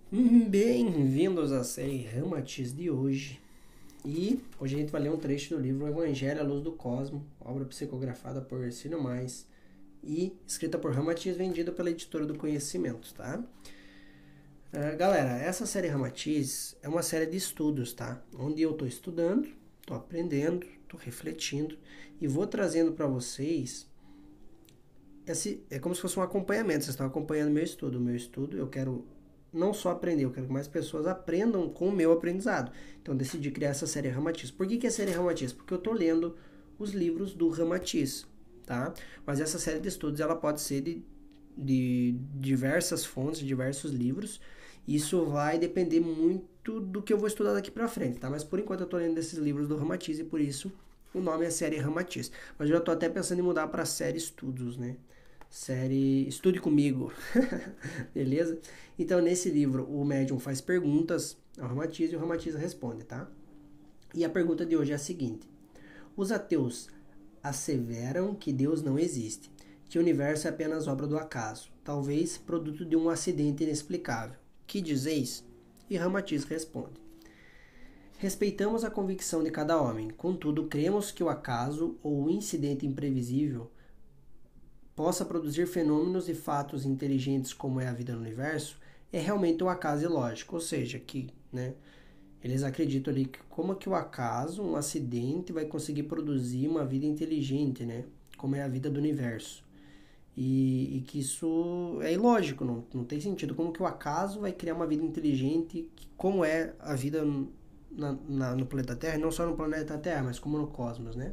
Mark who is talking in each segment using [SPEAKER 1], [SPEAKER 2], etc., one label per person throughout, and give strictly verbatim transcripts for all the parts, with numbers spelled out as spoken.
[SPEAKER 1] Bem-vindos à série Ramatiz de hoje. E hoje a gente vai ler um trecho do livro Evangelho à Luz do Cosmo, obra psicografada por Ercílio Mais e escrita por Ramatiz, vendida pela Editora do Conhecimento, tá? Uh, galera, essa série Ramatiz é uma série de estudos, tá? Onde eu estou estudando, estou aprendendo, estou refletindo e vou trazendo para vocês. Esse, é como se fosse um acompanhamento, vocês estão acompanhando meu estudo. O meu estudo, eu quero não só aprender, eu quero que mais pessoas aprendam com o meu aprendizado. Então eu decidi criar essa série Ramatiz. Por que, que é série Ramatiz? Porque eu estou lendo os livros do Ramatiz, tá? Mas essa série de estudos ela pode ser de, de diversas fontes, de diversos livros. Isso vai depender muito do que eu vou estudar daqui para frente, tá? Mas por enquanto eu estou lendo esses livros do Ramatiz e por isso o nome é série Ramatiz. Mas eu já estou até pensando em mudar para série Estudos, né? Série Estude Comigo, beleza? Então, nesse livro, o médium faz perguntas ao Ramatiz e o Ramatiz responde, tá? E a pergunta de hoje é a seguinte: os ateus asseveram que Deus não existe, que o universo é apenas obra do acaso, talvez produto de um acidente inexplicável. Que dizeis? E Ramatiz responde: respeitamos a convicção de cada homem, contudo, cremos que o acaso ou o incidente imprevisível possa produzir fenômenos e fatos inteligentes como é a vida no universo, é realmente o acaso ilógico. Ou seja, que, né, eles acreditam ali que como que o acaso, um acidente, vai conseguir produzir uma vida inteligente, né, como é a vida do universo. E, e que isso é ilógico, não, não tem sentido. Como que o acaso vai criar uma vida inteligente, como é a vida na, na, no planeta Terra, não só no planeta Terra, mas como no cosmos, né?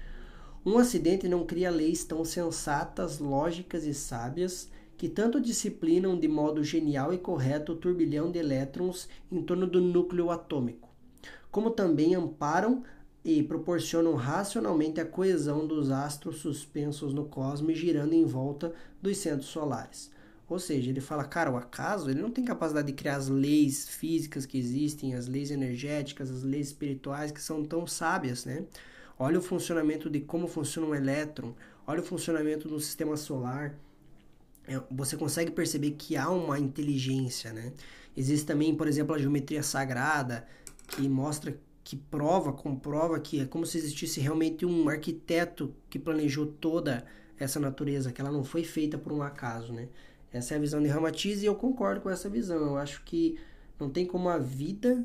[SPEAKER 1] Um acidente não cria leis tão sensatas, lógicas e sábias que tanto disciplinam de modo genial e correto o turbilhão de elétrons em torno do núcleo atômico, como também amparam e proporcionam racionalmente a coesão dos astros suspensos no cosmos e girando em volta dos centros solares. Ou seja, ele fala, cara, o acaso ele não tem capacidade de criar as leis físicas que existem, as leis energéticas, as leis espirituais que são tão sábias, né? Olha o funcionamento de como funciona um elétron, olha o funcionamento do sistema solar. Você consegue perceber que há uma inteligência, né? Existe também, por exemplo, a geometria sagrada, que mostra, que prova, comprova que é como se existisse realmente um arquiteto que planejou toda essa natureza, que ela não foi feita por um acaso, né? Essa é a visão de Ramatiz e eu concordo com essa visão. Eu acho que não tem como a vida,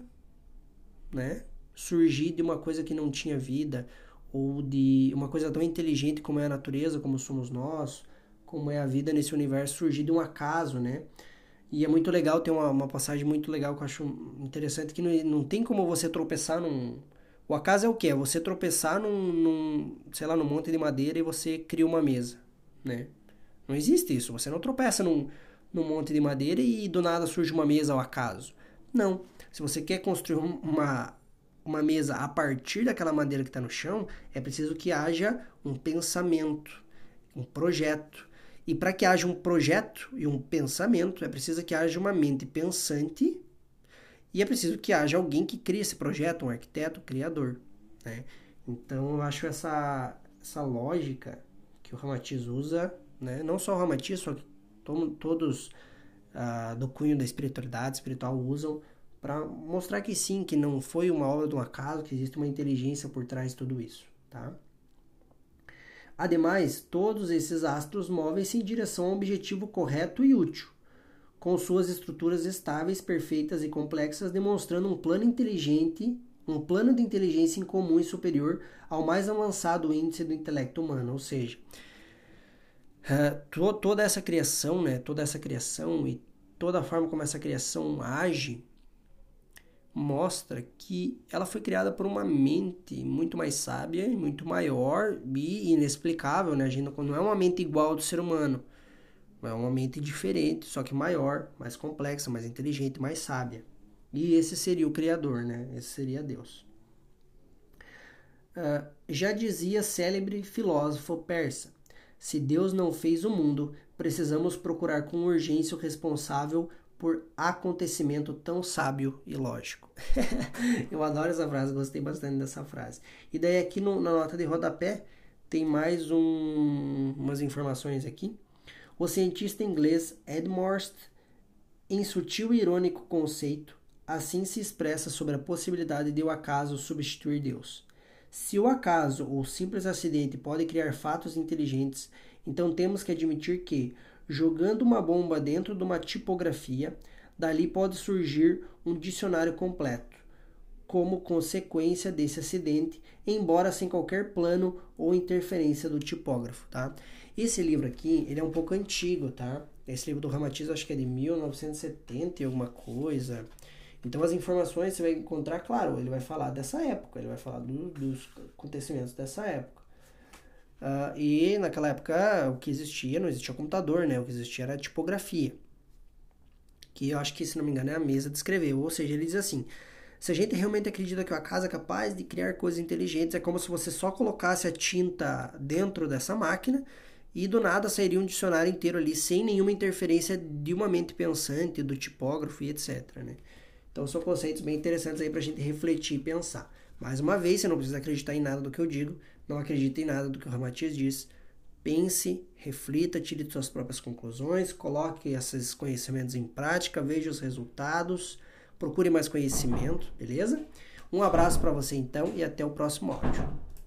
[SPEAKER 1] né, surgir de uma coisa que não tinha vida, ou de uma coisa tão inteligente como é a natureza, como somos nós, como é a vida nesse universo, surgir de um acaso, né? E é muito legal, tem uma, uma passagem muito legal que eu acho interessante, que não, não tem como você tropeçar num... O acaso é o quê? É você tropeçar num, num, sei lá, num monte de madeira e você cria uma mesa, né? Não existe isso, você não tropeça num, num monte de madeira e do nada surge uma mesa ao acaso. Não, se você quer construir uma... uma mesa a partir daquela madeira que está no chão, é preciso que haja um pensamento, um projeto. E para que haja um projeto e um pensamento, é preciso que haja uma mente pensante e é preciso que haja alguém que crie esse projeto, um arquiteto, um criador, né? Então eu acho essa, essa lógica que o Ramatiz usa, né? Não só o Ramatiz, só que todos ah, do cunho da espiritualidade espiritual usam para mostrar que sim, que não foi uma obra de um acaso, que existe uma inteligência por trás de tudo isso, tá? Ademais, todos esses astros movem-se em direção a um objetivo correto e útil, com suas estruturas estáveis, perfeitas e complexas, demonstrando um plano inteligente, um plano de inteligência incomum e superior ao mais avançado índice do intelecto humano, ou seja, toda essa criação, né, toda essa criação e toda a forma como essa criação age mostra que ela foi criada por uma mente muito mais sábia e muito maior e inexplicável, né? A gente não é uma mente igual ao do ser humano, é uma mente diferente, só que maior, mais complexa, mais inteligente, mais sábia. E esse seria o Criador, né? Esse seria Deus. Uh, já dizia célebre filósofo persa: se Deus não fez o mundo, precisamos procurar com urgência o responsável por acontecimento tão sábio e lógico. Eu adoro essa frase, gostei bastante dessa frase. E daí aqui no, na nota de rodapé tem mais um, umas informações aqui. O cientista inglês Edmond em sutil e irônico conceito, assim se expressa sobre a possibilidade de o acaso substituir Deus. Se o acaso ou simples acidente pode criar fatos inteligentes, então temos que admitir que, jogando uma bomba dentro de uma tipografia, dali pode surgir um dicionário completo, como consequência desse acidente, embora sem qualquer plano ou interferência do tipógrafo, tá? Esse livro aqui, ele é um pouco antigo, tá? Esse livro do Ramatiz, acho que é de mil novecentos e setenta e alguma coisa. Então as informações você vai encontrar, claro, ele vai falar dessa época, ele vai falar do, dos acontecimentos dessa época. Uh, e naquela época o que existia, não existia computador, né? O que existia era a tipografia. Que eu acho que, se não me engano, é a mesa de escrever. Ou seja, ele diz assim: se a gente realmente acredita que o acaso é capaz de criar coisas inteligentes, é como se você só colocasse a tinta dentro dessa máquina e do nada sairia um dicionário inteiro ali, sem nenhuma interferência de uma mente pensante, do tipógrafo e etcétera, né? Então são conceitos bem interessantes aí pra gente refletir e pensar. Mais uma vez, você não precisa acreditar em nada do que eu digo, não acredite em nada do que o Ramatiz diz. Pense, reflita, tire suas próprias conclusões, coloque esses conhecimentos em prática, veja os resultados, procure mais conhecimento, beleza? Um abraço para você então e até o próximo áudio.